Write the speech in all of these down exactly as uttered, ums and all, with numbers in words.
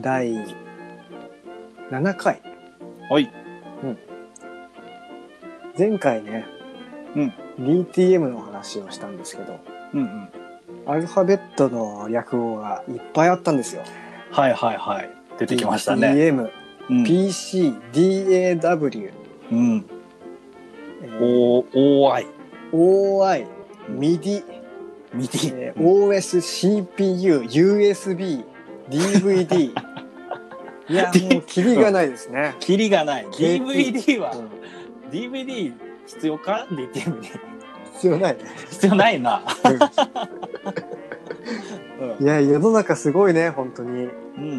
だいななかい。 はい。 うん。前回ね、 うん。 ディーティーエム の話をしたんですけど、 うんうん。 アルファベットの略語がいっぱいあったんですよ。 はいはいはい。出てきましたね。 ディーティーエム、 うん、 ピーシー、ディーエーダブリュー、 うん。 えー、 O、オーアイ、 オーアイ、ミディ、 ミディ、 えー、オーエス、シーピーユー、ユーエスビー、ディーブイディー。いや、もうキリがないですね。 キリがない。ディーブイディー は、 うん、 ディーブイディー 必要か ディーティーエム に。 必要ないね。 必要ないな。 うん、いや、世の中すごいね、本当に。 うん。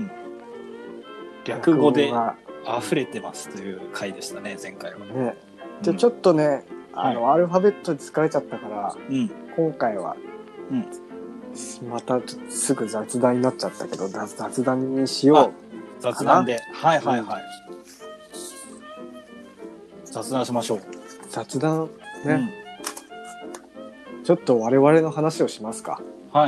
略語で溢れてますという回でしたね、前回は。 ね。じゃあちょっとね、うん、あの、はい、アルファベットで疲れちゃったから、うん、今回は、うん、またちょっとすぐ雑談になっちゃったけど、雑談にしよう。 雑談で。はいはいはい。うん、雑談しましょう。 雑談ね、うん。ちょっと我々の話をしますか。 はい。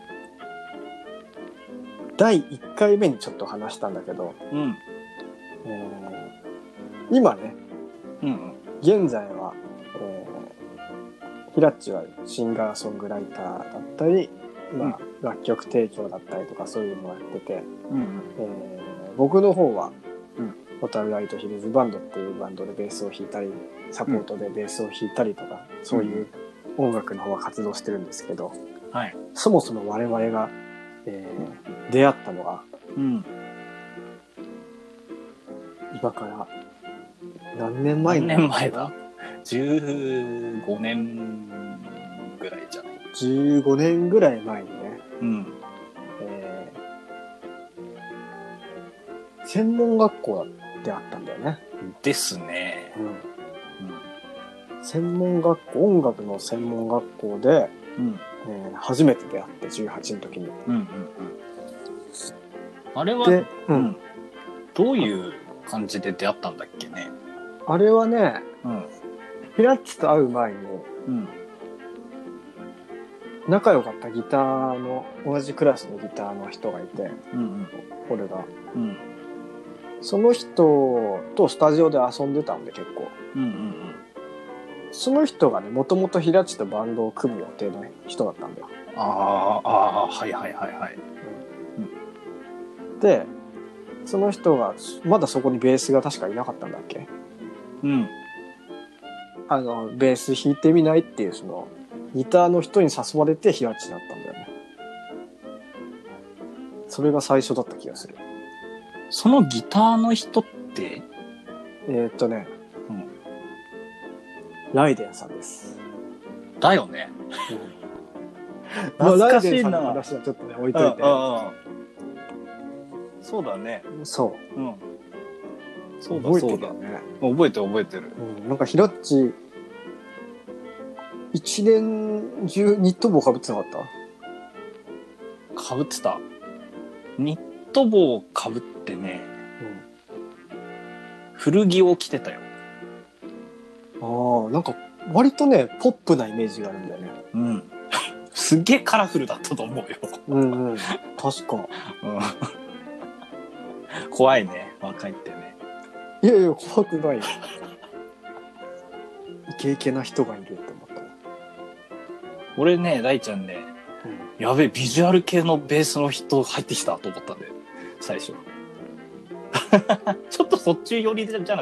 だいいっかいめにちょっと話したんだけど、うんえー、今ね、うんうん、現在は、えー、ヒラッチはシンガーソングライターだったり、まあうん、楽曲提供だったりとかそういうのをやってて、うんうんえー、僕の方は、うん、ホタルライトヒルズバンドっていうバンドでベースを弾いたりサポートでベースを弾いたりとか、うん、そういう音楽の方は活動してるんですけど、はい、そもそも我々がえー、出会ったのが、うん、今から何年前何年前だじゅうごねんぐらいじゃないじゅうごねんぐらい前にね、うんえー、専門学校であったんだよね。 ですね、うんうん、専門学校音楽の専門学校で、うんえー、初めて出会ってじゅうはちの時に、うんうんうんあれは、うん、どういう感じで出会ったんだっけね。 あれはね、うん、ヒラッチと会う前に、うん、仲良かったギターの同じクラスのギターの人がいて、うんうん、俺が、うん、その人とスタジオで遊んでたんで結構、うんうんうん、その人がねもともとヒラッチとバンドを組む予定の人だったんだよ。 ああああはいはいはいはい。 でその人がまだそこにベースが確かいなかったんだっけ、うん、あのベース弾いてみないっていうそのギターの人に誘われてヒラッチになったんだよね。それが最初だった気がする。 そのギターの人ってえー、っとね、うん、ライデンさんです。 だよね、 うん、懐かしいな。まあ、ライデンさんの話はちょっとね置いといて、ああああそうだね。 そう。うん。 そうだそうだね。覚えてる覚えてる。 うん、なんかヒラッチ一年中ニット帽被ってなかった？ 被ってた。ニット帽被ってね、うん、古着を着てたよ。 ああ、なんか割とねポップなイメージがあるんだよね。うん。 すっげえカラフルだったと思うよ。 うんうん。確か。うん。 怖いね、若いってね。 いやいや、怖くないよ。イケイケな人がいるって思った。 俺ね、大ちゃんね、うん、やべえ、ビジュアル系のベースの人入ってきたと思ったんで、最初。ちょっとそっち寄りじゃなかった？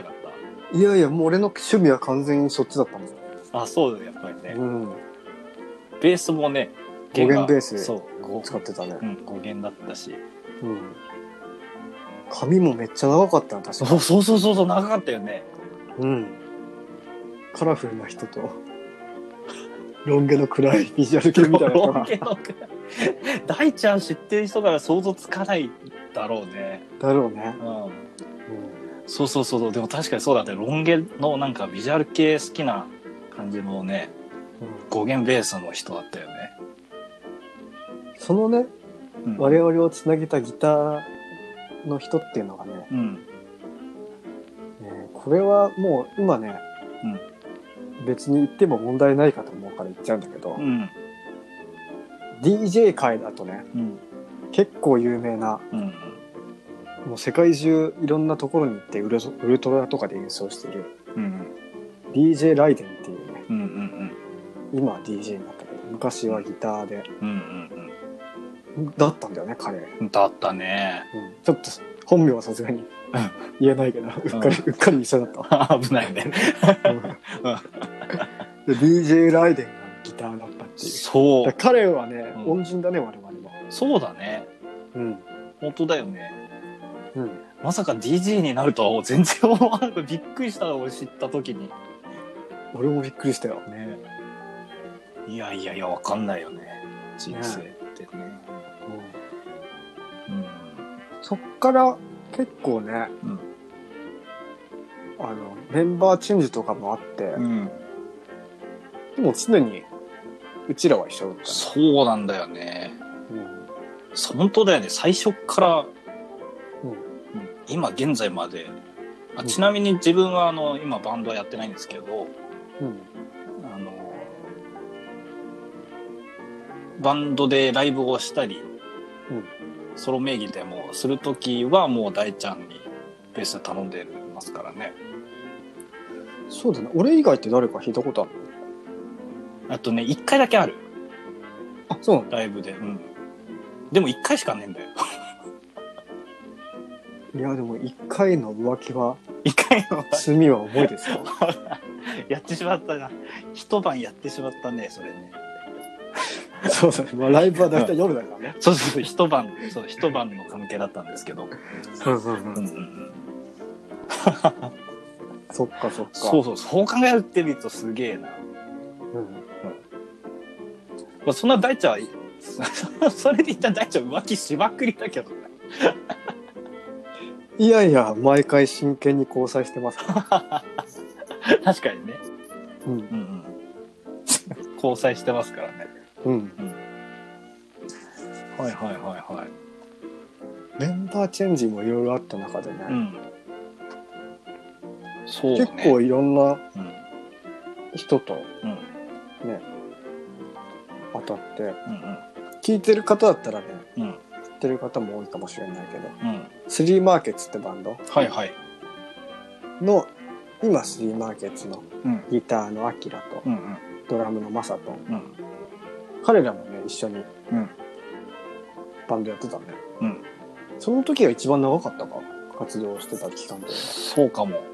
いやいや、もう俺の趣味は完全にそっちだったもん。 あ、そうだ、やっぱりね。うん。ベースもね、 ご弦ベースそう使ってたね。 うん、ご弦だったし。うん。 髪もめっちゃ長かったの確かに。 そうそうそうそう長かったよね。 うん。カラフルな人とロン毛の暗いビジュアル系みたいな人が。ロン毛の暗い。 大ちゃん知ってる人から想像つかないだろうね。 だろうね。うん。 うん、そうそうそうでも確かにそうだね。ロン毛のなんかビジュアル系好きな感じのね、うん、ご弦ベースの人だったよね。 そのね、うん、我々をつなげたギターの人っていうのがね、うんえー、これはもう今ね、うん、別に言っても問題ないかと思うから言っちゃうんだけど、うん、ディージェー 界だとね、うん、結構有名な、うん、 もう世界中いろんなところに行ってウルウルトラとかで演奏してる、うん、ディージェー ライデンっていうね、うんうんうん、今は ディージェー になったけど昔はギターで、うんうんうん、だったんだよね彼。 だったね、 うん、ちょっと本名はさすがに言えないけど、うっかり、うん、うっかり一緒だった危ないね、うん、 で ディージェー ライデンがギターだったっていう。 そう彼はね、うん、恩人だね我々も。 そうだね、うん、本当だよね、うん、まさか ディージェー になるとは全然思わなくびっくりしたのを知った時に。 俺もびっくりしたよね。 いやいやいやわかんないよね人生ってね、 うんうん、そっから結構ね、うん、あのメンバーチェンジとかもあって、うん、でも常にうちらは一緒だった、ね、 そうなんだよね、うん、本当だよね最初から、うんうん、今現在まであちなみに自分はあの今バンドはやってないんですけど、うん、あのバンドでライブをしたり、うん、ソロ名義でもするときはもう大ちゃんにベース頼んでますからね。 そうだね。俺以外って誰か弾いたことあるの？あとね一回だけある。 あ、そうなんだ。 ライブで、うん。でも一回しかねえんだよ。 いやでも一回の浮気は一回の罪は重いですよ。 やってしまったな。一晩やってしまったねそれね。 そうだね。まあライブはだいたい夜だからね。 そうそうそう一晩そう一晩の関係だったんですけど。そうそうそう。うんうんうんそっかそっか。 そうそうそう考えてみるとすげえな。うん。うん。まあそんな大ちゃんはそれで言ったら大ちゃん浮気しまくりだけどね。 いやいや毎回真剣に交際してますから。 確かにね。うんうんうん。交際してますからね。うん、うん。はいはいはいはい。 メンバーチェンジもいろいろあった中でね。うん、 そうね。 結構いろんな人と、うん、ね当たって、うんうん、聞いてる方だったらね、うん、知ってる方も多いかもしれないけど、うん、スリーマーケッツってバンドはいはいの今スリーマーケッツのギターのアキラと、うんうん、ドラムのマサと、うん、彼らもね一緒にバンドやってたね、うん、その時が一番長かったか活動してた期間で。 そうかも、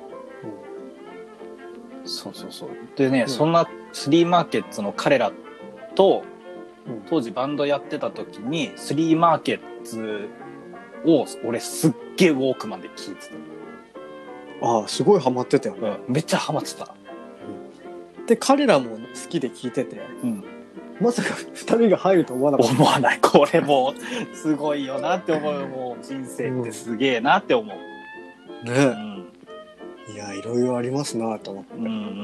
うん、そうそうそうでね、うん、そんなスリーマーケッツの彼らと、うん、当時バンドやってた時にスリーマーケッツを俺すっげえウォークマンで聴いてた。 ああすごいハマってたよね、 うん、めっちゃハマってた、 うん、で彼らも好きで聴いてて、うん、まさかふたりが入ると思わなかった。 思わない。これもうすごいよなって思う。もう人生ってすげえなって思う、 うん、ね、うん、いやいろいろありますなと思って、うんうんうんうん、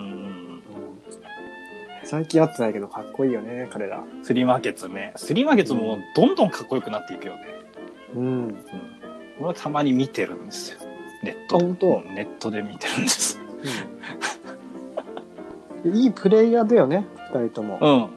最近会ってないけどかっこいいよね彼ら。 スリーマーケッツね。スリーマーケッツもどんどんかっこよくなっていくよね。うん、うん、俺はたまに見てるんですよネットで。 本当？ ネットで見てるんです、 うん、いいプレイヤーだよねふたりとも。うん、うん、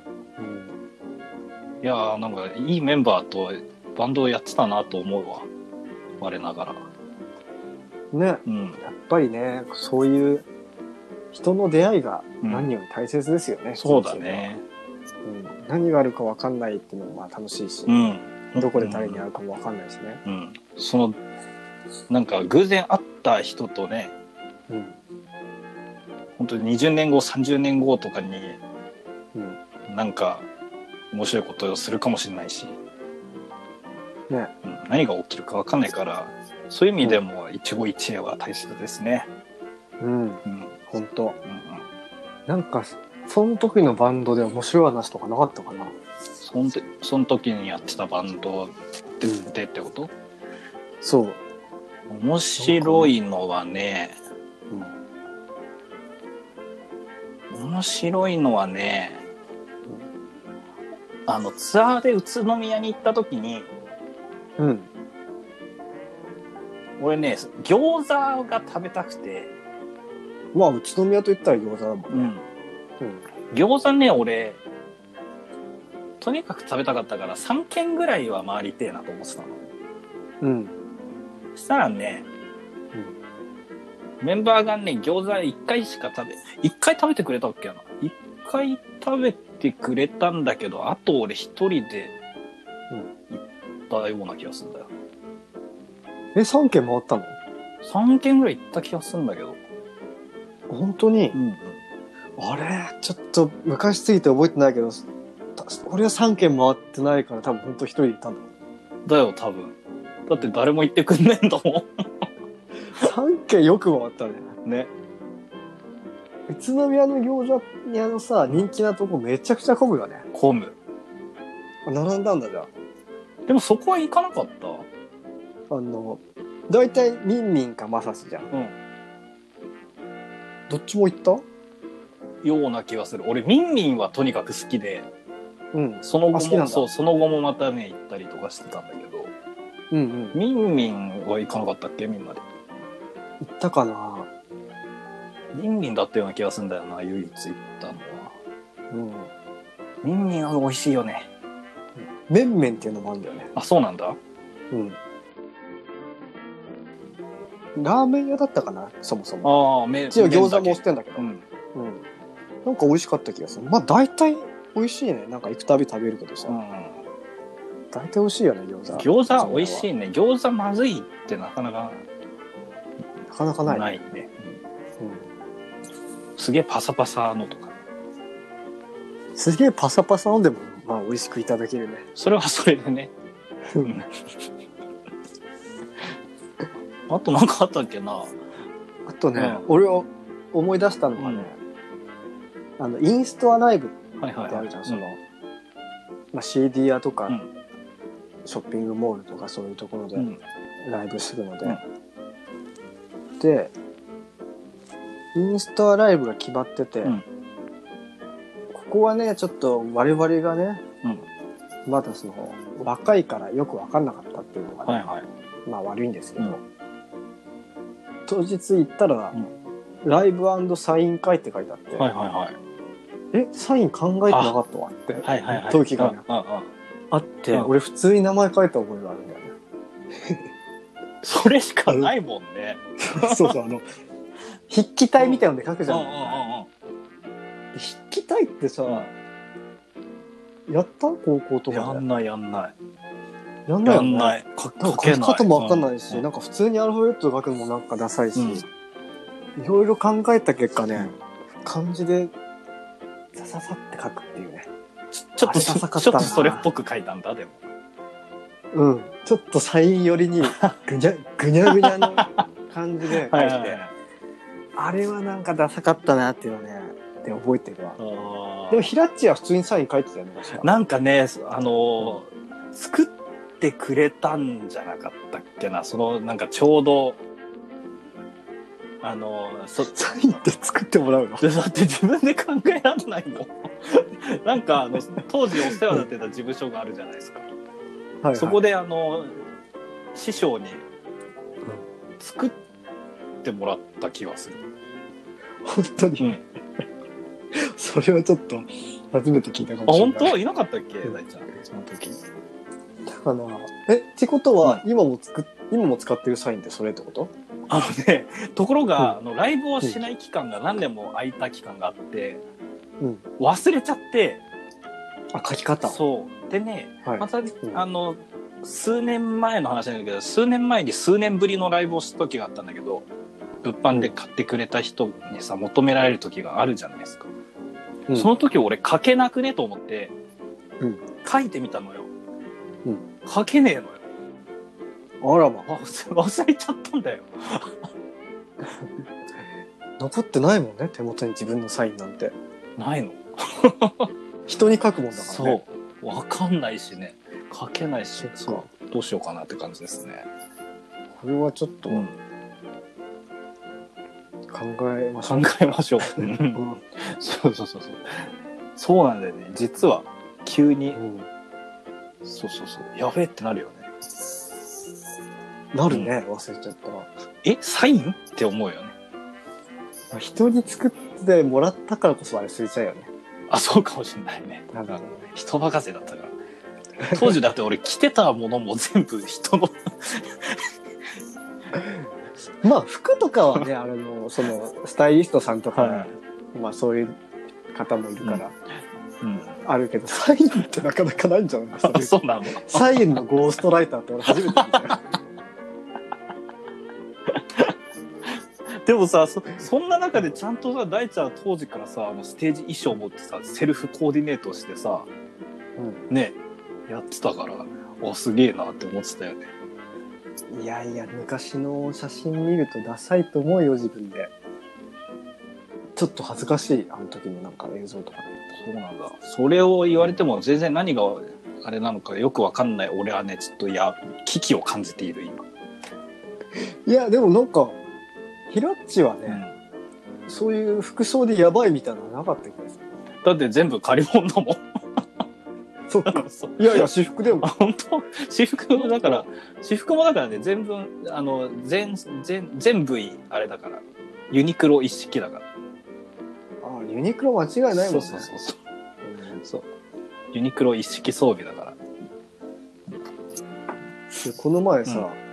いやーなんかいいメンバーとバンドをやってたなと思うわ我ながらね、うん、やっぱりねそういう人の出会いが何より大切ですよね、うん、 そうだね、 うん、何があるか分かんないっていうのもまあ楽しいし、うん、どこで誰に会うかも分かんないしね、 うんうん、そのなんか偶然会った人とね、うん、本当ににじゅうねんごさんじゅうねんごとかに、うん、なんか面白いことをするかもしれないし、ね、うん、何が起きるか分かんないからそういう意味でも一期一会は大切ですね。 うん、うん、本当、うんうん、なんかその時のバンドで面白い話とかなかったかな。 そのその時にやってたバンドで、うん、ってこと？ そう。 面白いのはね、うん、面白いのはね、うん、あのツアーで宇都宮に行った時に、うん、俺ね餃子が食べたくて。 まあ宇都宮と言ったら餃子だもんね、うんうん、 餃子ね俺とにかく食べたかったからさんけんぐらいは回りてえなと思ってたの。うんそしたらね、うん、メンバーがね、餃子一回しか食べ、一回食べてくれたっけな。一回食べてくれたんだけど、あと俺一人で行ったような気がするんだよ。 え、さんけん回ったの？ さんけんぐらい行った気がするんだけど。 本当に？うんうん。あれちょっと昔すぎて覚えてないけど、俺はさんけん回ってないから多分本当一人で行ったんだ。 だよ、多分。だって誰も行ってくんねえんだもん。 さんけんよく回ったね。ね。宇都宮の餃子屋のさ、人気なとこめちゃくちゃ混むよね。 混む。 並んだんだじゃあ。 でもそこは行かなかった？ あの、だいたいミンミンかマサシじゃん。うん。どっちも行った？ ような気がする。俺ミンミンはとにかく好きで、うん。その後も、そう、その後もまたね、行ったりとかしてたんだけど、うんうん。ミンミンは行かなかったっけ？みんなで。 行ったかな？ ミンミンだったような気がするんだよな、唯一行ったのは。うん。ミンミンは美味しいよね。 メンメンっていうのもあるんだよね。 あ、そうなんだ。うん。 ラーメン屋だったかな、そもそも。ああ、麺。一応餃子も押してんだけど。うん。うん。なんか美味しかった気がする。まあ大体美味しいね。なんか行くたび食べるけどさ。うん。大体美味しいよね、餃子。 餃子美味しいね。餃子まずいってなかなか。 なかなかない。 ないね。うん。すげえパサパサのとか。 すげえパサパサのでも、まあ美味しくいただけるね。 それはそれでね。あとなんかあったっけな。 あとね、うん、俺を思い出したのがね、うん、あのインストアライブってあるじゃん、その、うんまあ、シーディー 屋とか、うん、ショッピングモールとかそういうところでライブするので、うん、でインストアライブが決まってて、うん、ここはねちょっと我々がね、うん、まだその若いからよく分かんなかったっていうのがね、はいはい、まあ悪いんですけど、うん、当日行ったら、うん、ライブ&サイン会って書いてあって、はいはいはい、え、サイン考えてなかったわって時が、ねはいはいはい、あって、うん、俺普通に名前書いた覚えがあるんだよね。 それしかないもんね。 そうそう、あの筆記体みたいので書くじゃん。筆記体ってさ、うん、やった高校とかで。やんないやんない。 やんないよね。 やんない。 書き方もわかんないし、うん、なんか普通にアルファベットで書くのもなんかダサいし、うん、いろいろ考えた結果ね、漢字でさささって書くっていうね。 ちょっとちょっとそれっぽく書いたんだでも。 うん。ちょっとサイン寄りにぐにゃぐにゃぐにゃの感じで書いて、はいはいはい、あれはなんかダサかったなっていうのね、で覚えてるわ。でもヒラッチは普通にサイン書いてたよね。 なんかね、あのー、作ってくれたんじゃなかったっけな。そのなんかちょうど。あのそサインって作ってもらうの？ だって自分で考えられないの。なんかあの当時お世話になってた事務所があるじゃないですか。はいはい、そこであの師匠に作ってもらった気がする。 本当に、うん、それはちょっと初めて聞いたかもしれない。 あ、本当？いなかったっけ、大ちゃんその時。 だからえってことは、うん、今もつく今も使ってるサインってそれってこと？ あのね、ところが、うん、あのライブをしない期間が何年も空いた期間があって、うん、忘れちゃって。 あ、書き方。 そうでね、はい、また、うん、あの数年前の話なんだけど、数年前に数年ぶりのライブをした時があったんだけど、物販で買ってくれた人にさ求められる時があるじゃないですか。うん、その時俺書けなくねと思って、うん、書いてみたのよ。うん、書けねえのよ。 あらまあ、 忘れちゃったんだよ。 残ってないもんね、手元に自分のサインなんて。 ないの？ 人に書くもんだからね。 そう、わかんないしね、書けないし、そうどうしようかなって感じですね。 これはちょっと、うん、考えましょう。 考えましょう。うん、そうそうそうそう。そうなんだよね。実は急に、うん、そうそうそう、やべえってなるよね。 なるね、うん、忘れちゃったら。 え、サインって思うよね。 人に作ってもらったからこそあれ忘れちゃうよね。 あ、そうかもしれないね。なんかね、人任せだったから。当時だって俺着てたものも全部人のまあ服とかはね、あのそのスタイリストさんとか、はい、まあそういう方もいるから、うんうん、あるけどサインってなかなかないんじゃないですか。 そうなの。 サインのゴーストライターって俺初めて見たよ。 でもさ そ, そんな中でちゃんとさ大ちゃんは当時からさあのステージ衣装を持ってさセルフコーディネートしてさ、うん、ねやってたからあすげえなって思ってたよね。 いやいや昔の写真見るとダサいと思うよ自分で。ちょっと恥ずかしいあの時のなんか映像とかね。 そうなんだ。それを言われても全然何があれなのかよくわかんない俺はねちょっとや危機を感じている今。 いやでもなんかヒラッチはね、うん、そういう服装でやばいみたいなのなかった気がする。 だって全部借り物だもん。 そうか。いやいや私服でも。 本当私服だから私服もだからね全部あの全全全部あれだからユニクロ一式だから。 ああユニクロ間違いないもんね。 そうそうそうそう。うん、そうユニクロ一式装備だから。 でこの前さ。うん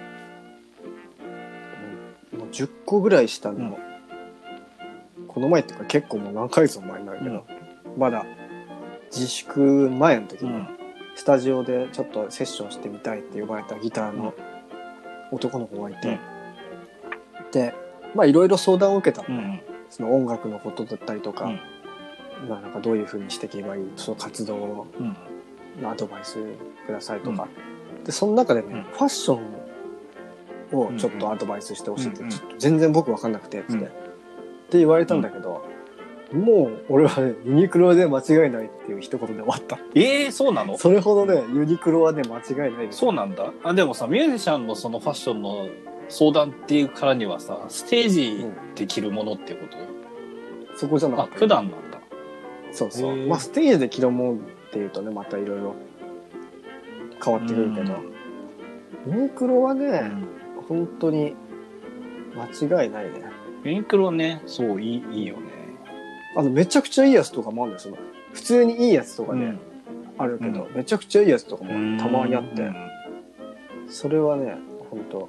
じゅっこぐらいしたの、うん、この前っていうか結構もう何ヶ月も前になるけど、うん、まだ自粛前の時に、うん、スタジオでちょっとセッションしてみたいって呼ばれたギターの男の子がいて、うん、でまあいろいろ相談を受けたの、うん、その音楽のことだったりとか、うん、まあ、なんかどういう風にしていけばいいその活動のアドバイスくださいとか、うん、でその中でね、うん、ファッションをちょっとアドバイスしてほしいって、うんうん、ちょっと全然僕分かんなくてって、うん、って言われたんだけど、うん、もう俺はねユニクロで間違いないっていう一言で終わった。 えー、そうなの？ それほどねユニクロはね間違いないです。 そうなんだ。あでもさミュージシャンのそのファッションの相談っていうからにはさステージで着るものっていうこと、 うん、そこじゃなかった。 あ普段なんだ。 そうそう。まあステージで着るものっていうとねまたいろいろ変わってくるけど、ユニクロはね、うん本当に間違いないね。 ユニクロね、そういいいいよね。 あのめちゃくちゃいいやつとかもあるんですよ。普通にいいやつとかね、うん、あるけど、うん、めちゃくちゃいいやつとかもたまにあって、それはね、本当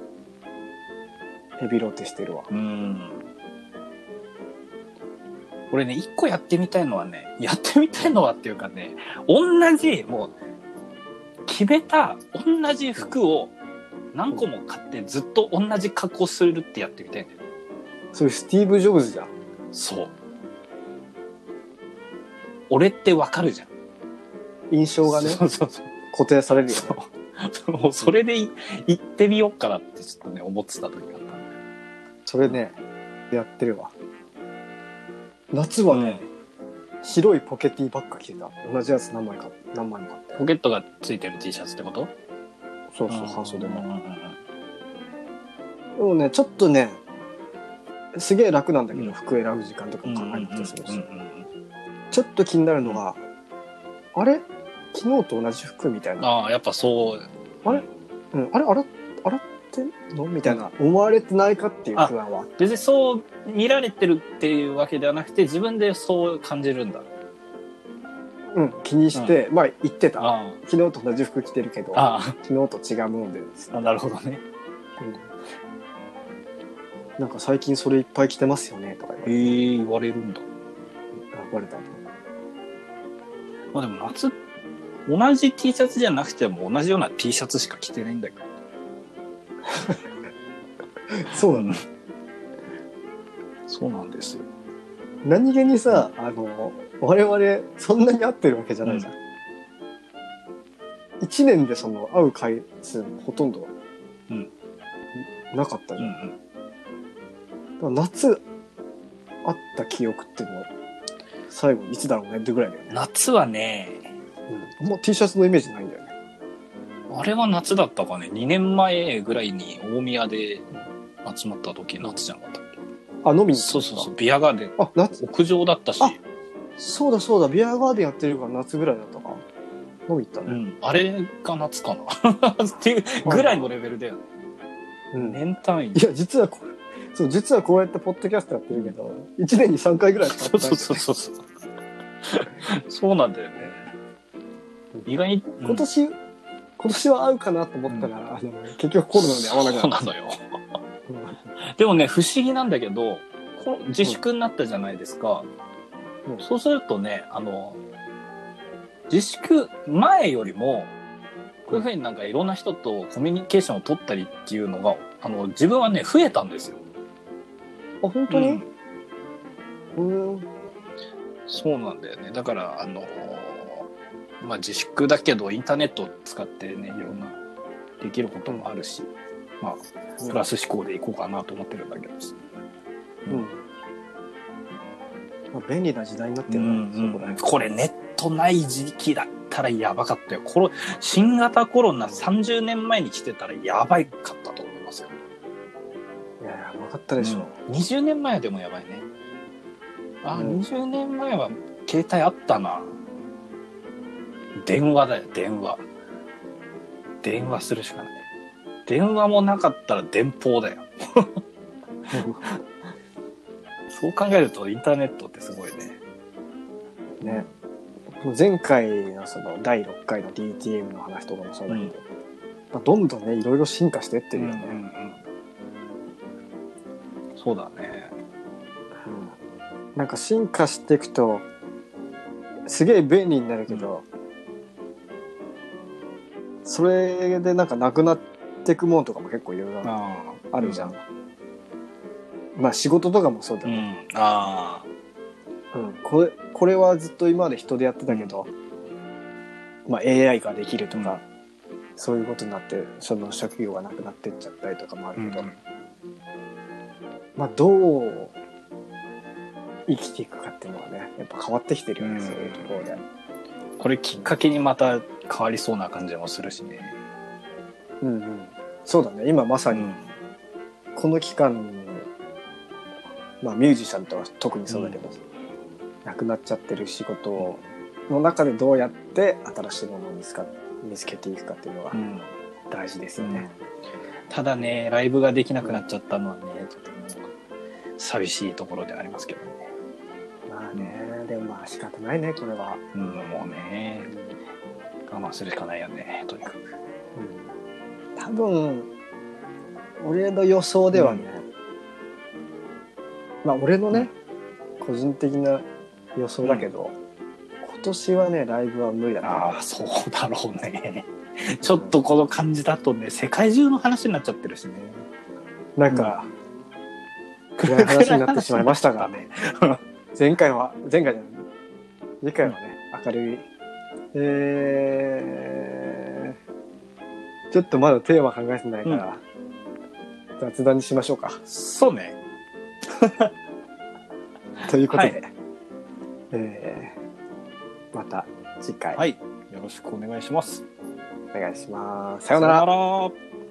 ヘビロテしてるわ。うん俺ね、一個やってみたいのはね、やってみたいのはっていうかね、同じもう決めた同じ服を何個も買ってずっと同じ格好するってやってみたいんだよ。 それスティーブ・ジョブズじゃん。 そう。俺ってわかるじゃん。 印象がね、そうそうそう固定されるよね。 そう。もうそれでい行ってみようかなってちょっとね思ってた時があった。 それね、やってるわ。夏はね、うん、白いポケティばっか着てた。同じやつ何枚か何枚も買って。 ポケットがついてる T シャツってこと？ そうそう、半袖の。でもね、ちょっとね、すげえ楽なんだけど、うん、服選ぶ時間とかも考えなくて済むし。ちょっと気になるのが、うん、あれ昨日と同じ服みたいな。 ああ、やっぱそう。 あれうん、あれあれ洗ってんのみたいな、思われてないかっていう不安は。 別にそう見られてるっていうわけではなくて、自分でそう感じるんだ。 うん、気にして、うん、まあ言ってた。昨日と同じ服着てるけど、昨日と違うもので。 あ、なるほどね。 うん、なんか最近それいっぱい着てますよねとか言われて。えー、言われるんだ。 言われた。 まあでも夏、同じ T シャツじゃなくても同じような T シャツしか着てないんだけど。 そうなの、うん、 そうなんですよ。 何気にさ、あの我々そんなに会ってるわけじゃないじゃん。いち、うん、年でその会う回数もほとんどなかったじゃん。うんうん、だから夏会った記憶っていうのは最後いつだろうねってぐらいだよね。 夏はね、 うん、もう T シャツのイメージないんだよね。 あれは夏だったかね。にねんまえぐらいに大宮で集まった時夏じゃなかったっけ。 あ、飲みに。 そうそうそう、ビアガーデン。 あ、夏。 屋上だったし。 あ、そうだそうだ、ビアガーデンやってるから夏ぐらいだったか。飲み行ったね。 うん、あれが夏かなっていうぐらいのレベルだよね。うん、年単位。 いや、実はこれ、そう、実はこうやってポッドキャストやってるけど、いちねんにさんかいぐらいしか会ってない。 そうそうそうそう。そうなんだよね。意外に、 うん、今年、今年は会うかなと思ったら、うん、あの結局コロナで会わなくなった。 そうなのよ。 でもね、不思議なんだけど、この自粛になったじゃないですか。うん、そうするとね、あの、自粛前よりも、こういうふうになんかいろんな人とコミュニケーションを取ったりっていうのが、あの、自分はね、増えたんですよ。 あ、本当に？うん。 そうなんだよね。だから、あのー、まあ、自粛だけど、インターネットを使ってね、いろんな、できることもあるし、まあ、プラス思考でいこうかなと思ってるんだけど。 うん。うん、まあ、便利な時代になってるな、うんうん、そこね。 これ、ネットない時期だったらやばかったよ。この、新型コロナさんじゅうねんまえに来てたらやばいかったと思いますよ。 いや、やばかったでしょ。 うん、にじゅうねんまえでもやばいね。あ、うん、にじゅうねんまえは携帯あったな。電話だよ、電話。電話するしかない。電話もなかったら電報だよ。そう考えるとインターネットってすごいね。 ね。前回のそのだいろっかいの ディーティーエム の話とかもそうだけど、うん、まあ、どんどんね、いろいろ進化してってるよね。うんうんうん、 そうだね。 なんか進化していくとすげえ便利になるけど、うん、それでなんかなくなっていくものとかも結構いろいろあるじゃん、うん、まあ仕事とかもそうだね、 うん、ああ、うん、これこれはずっと今まで人でやってたけど、うん、まあ エーアイ ができるとか、うん、そういうことになってその職業がなくなってっちゃったりとかもあるけど、うん、まあどう生きていくかっていうのはね、やっぱ変わってきてるよね、うん、そういうところで。 これきっかけにまた変わりそうな感じもするしね。 うんうん。そうだね、今まさに、この期間、まあミュージシャンとは特にそうだけど、うん、なくなっちゃってる仕事の中でどうやって新しいものを見つか、見つけていくかっていうのは大事ですよね。 うん、ただね、ライブができなくなっちゃったのはね、とても寂しいところでありますけどね。 まあね、でもまあ仕方ないね、これは。 うん、もうね、我慢するしかないよね、とにかく。 うん、多分、俺の予想ではね、うん、まあ俺のね、うん、個人的な予想だけど、うん、今年はね、ライブは無理だな。 ああ、そうだろうね。ちょっとこの感じだとね、世界中の話になっちゃってるしね。 なんか、うん、暗い話になってしまいましたがね。前回は、前回じゃない、次回はね、明るい。えー、ちょっとまだテーマ考えてないから、うん、雑談にしましょうか。 そうね。 ということで、はい、 えー、また次回、 はい、よろしくお願いします。 お願いします。さようなら。 さようなら。